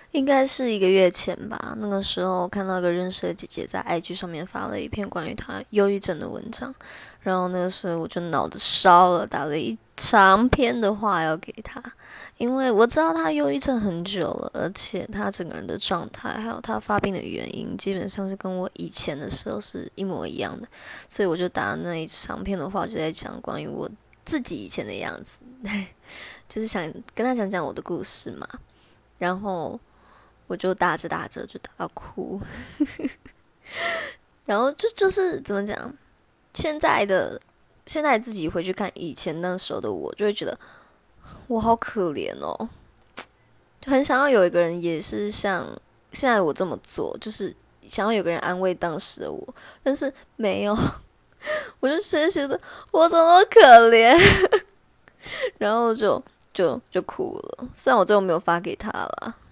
应该是1个月前吧。那个时候看到一个认识的姐姐在 IG 上面发了一篇关于她忧郁症的文章，然后那个时候我就脑子烧了，打了一长篇的话要给她，因为我知道她忧郁症很久了，而且她整个人的状态还有她发病的原因，基本上是跟我以前的时候是一模一样的，所以我就打那一长篇的话，就在讲关于我自己以前的样子，就是想跟她讲讲我的故事嘛。然后我就打着打着就打到哭，然后就是怎么讲，现在的现在自己回去看以前那时候的我，就会觉得我好可怜哦，就很想要有一个人也是像现在我这么做，就是想要有个人安慰当时的我，但是没有，我就觉得我怎么那么可怜，然后就哭了。虽然我最后没有发给他啦，